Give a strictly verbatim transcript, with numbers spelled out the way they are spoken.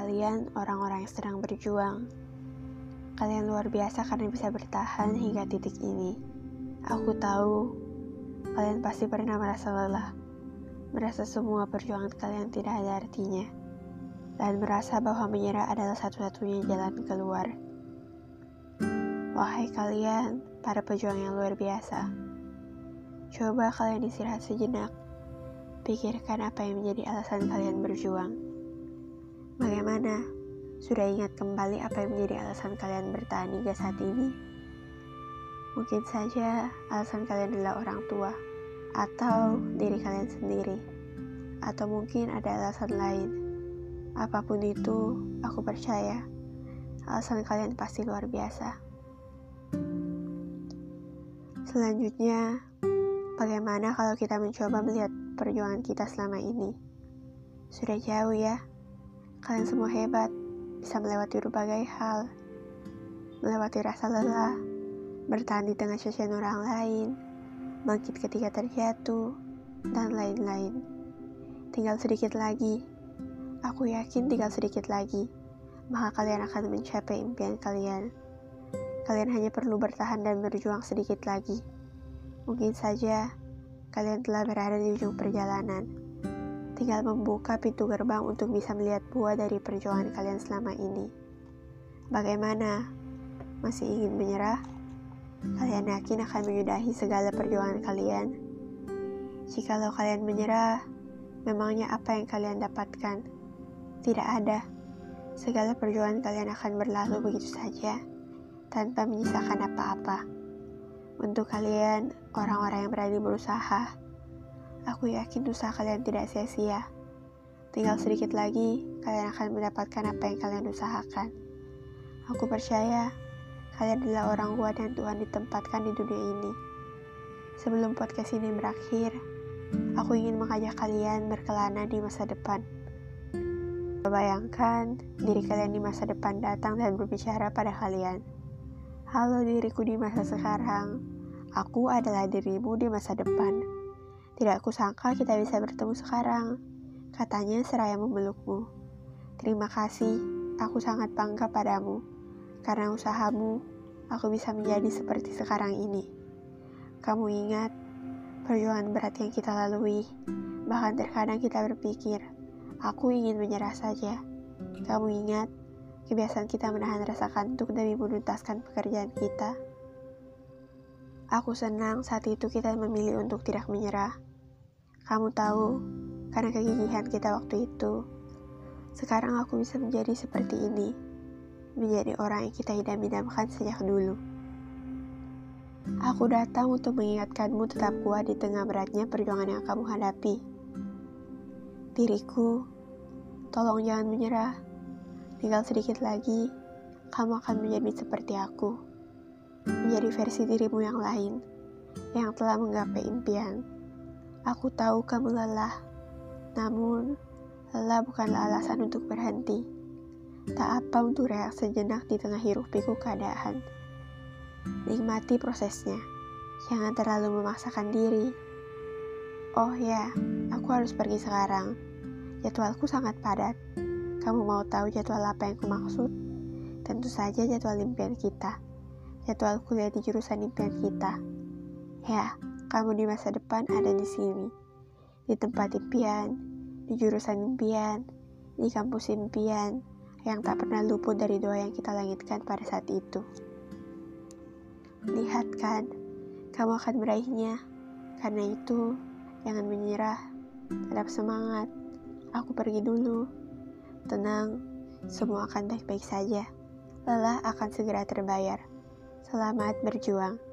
kalian orang-orang yang sedang berjuang. Kalian luar biasa karena bisa bertahan hingga titik ini. Aku tahu, kalian pasti pernah merasa lelah, merasa semua perjuangan kalian tidak ada artinya, dan merasa bahwa menyerah adalah satu-satunya jalan keluar. Wahai kalian, para pejuang yang luar biasa, coba kalian istirahat sejenak. Pikirkan apa yang menjadi alasan kalian berjuang. Bagaimana? Sudah ingat kembali apa yang menjadi alasan kalian bertahan hingga saat ini? Mungkin saja alasan kalian adalah orang tua, atau diri kalian sendiri, atau mungkin ada alasan lain. Apapun itu, aku percaya alasan kalian pasti luar biasa. Selanjutnya, bagaimana kalau kita mencoba melihat perjuangan kita selama ini? Sudah jauh ya? Kalian semua hebat, bisa melewati berbagai hal, melewati rasa lelah, bertahan di tengah cacian orang lain, bangkit ketika terjatuh, dan lain-lain. Tinggal sedikit lagi, aku yakin tinggal sedikit lagi, maka kalian akan mencapai impian kalian. Kalian hanya perlu bertahan dan berjuang sedikit lagi. Mungkin saja kalian telah berada di ujung perjalanan. Tinggal membuka pintu gerbang untuk bisa melihat buah dari perjuangan kalian selama ini. Bagaimana? Masih ingin menyerah? Kalian yakin akan menyudahi segala perjuangan kalian? Jikalau kalian menyerah, memangnya apa yang kalian dapatkan? Tidak ada. Segala perjuangan kalian akan berlalu begitu saja, tanpa menyisakan apa-apa. Untuk kalian, orang-orang yang berani berusaha, aku yakin usaha kalian tidak sia-sia. Tinggal sedikit lagi, kalian akan mendapatkan apa yang kalian usahakan. Aku percaya, kalian adalah orang kuat yang Tuhan ditempatkan di dunia ini. Sebelum podcast ini berakhir, aku ingin mengajak kalian berkelana di masa depan. Bayangkan diri kalian di masa depan datang dan berbicara pada kalian. Halo diriku di masa sekarang, aku adalah dirimu di masa depan. Tidak kusangka kita bisa bertemu sekarang, katanya seraya memelukmu. Terima kasih, aku sangat bangga padamu. Karena usahamu, aku bisa menjadi seperti sekarang ini. Kamu ingat, perjuangan berat yang kita lalui, bahkan terkadang kita berpikir, aku ingin menyerah saja. Kamu ingat, kebiasaan kita menahan rasa kantuk demi menuntaskan pekerjaan kita. Aku senang saat itu kita memilih untuk tidak menyerah. Kamu tahu, karena kegigihan kita waktu itu, sekarang aku bisa menjadi seperti ini, menjadi orang yang kita idam-idamkan sejak dulu. Aku datang untuk mengingatkanmu tetap kuat di tengah beratnya perjuangan yang kamu hadapi. Diriku, tolong jangan menyerah. Tinggal sedikit lagi, kamu akan menjadi seperti aku. Menjadi versi dirimu yang lain, yang telah menggapai impian. Aku tahu kamu lelah, namun lelah bukanlah alasan untuk berhenti. Tak apa untuk rehat sejenak di tengah hiruk-pikuk keadaan. Nikmati prosesnya, jangan terlalu memaksakan diri. Oh ya, aku harus pergi sekarang. Jadwalku sangat padat. Kamu mau tahu jadwal apa yang kumaksud? Tentu saja jadwal impian kita. Jadwal kuliah di jurusan impian kita. Ya, kamu di masa depan ada di sini. Di tempat impian, di jurusan impian, di kampus impian, yang tak pernah luput dari doa yang kita langitkan pada saat itu. Lihat kan, kamu akan meraihnya. Karena itu, jangan menyerah. Tetap semangat. Aku pergi dulu. Tenang, semua akan baik-baik saja. Lelah akan segera terbayar. Selamat berjuang.